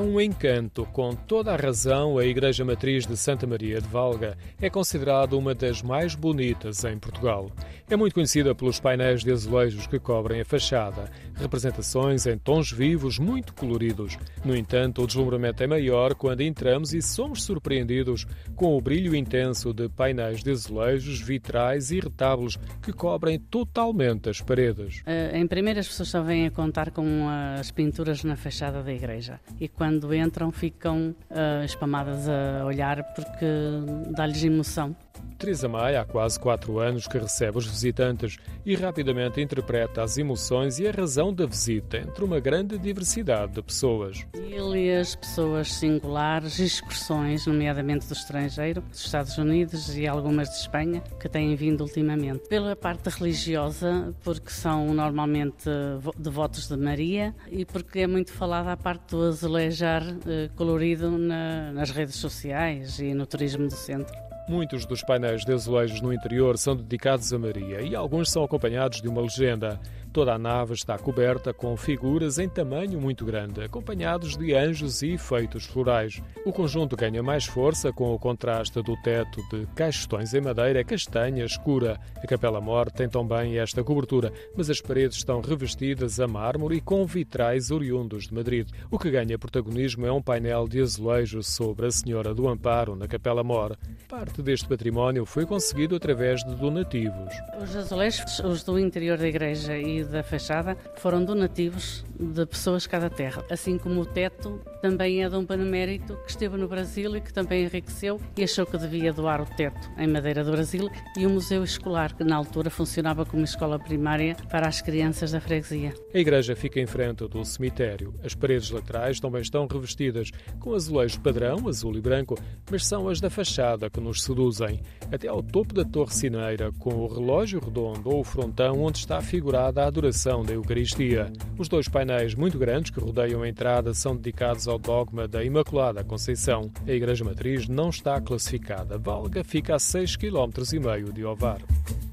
um encanto. Com toda a razão, a Igreja Matriz de Santa Maria de Valga é considerada uma das mais bonitas em Portugal. É muito conhecida pelos painéis de azulejos que cobrem a fachada, representações em tons vivos muito coloridos. No entanto, o deslumbramento é maior quando entramos e somos surpreendidos com o brilho intenso de painéis de azulejos, vitrais e retábulos que cobrem totalmente as paredes. Em primeiro, as pessoas só vêm a contar com as pinturas na fachada da igreja e quando entram ficam espamadas a olhar porque dá-lhes emoção. Teresa Maia há quase 4 anos que recebe os visitantes e rapidamente interpreta as emoções e a razão da visita entre uma grande diversidade de pessoas. Ele e as pessoas singulares, excursões, nomeadamente do estrangeiro, dos Estados Unidos e algumas de Espanha, que têm vindo ultimamente. Pela parte religiosa, porque são normalmente devotos de Maria e porque é muito falada a parte do azulejar colorido nas redes sociais e no turismo do centro. Muitos dos painéis de azulejos no interior são dedicados a Maria e alguns são acompanhados de uma legenda. Toda a nave está coberta com figuras em tamanho muito grande, acompanhados de anjos e efeitos florais. O conjunto ganha mais força com o contraste do teto de caixotões em madeira castanha escura. A Capela-Mor tem também esta cobertura, mas as paredes estão revestidas a mármore e com vitrais oriundos de Madrid. O que ganha protagonismo é um painel de azulejo sobre a Senhora do Amparo, na Capela-Mor. Parte deste património foi conseguido através de donativos. Os azulejos, os do interior da igreja e da fachada, foram donativos de pessoas de cada terra. Assim como o teto também é de um benemérito que esteve no Brasil e que também enriqueceu e achou que devia doar o teto em madeira do Brasil, e o museu escolar, que na altura funcionava como escola primária para as crianças da freguesia. A igreja fica em frente do cemitério. As paredes laterais também estão revestidas com azulejo padrão, azul e branco, mas são as da fachada que nos seduzem. Até ao topo da torre sineira, com o relógio redondo ou o frontão onde está figurada a adoração da Eucaristia. Os dois painéis muito grandes que rodeiam a entrada são dedicados ao dogma da Imaculada Conceição. A Igreja Matriz não está classificada. Valga fica a 6,5 km de Ovar.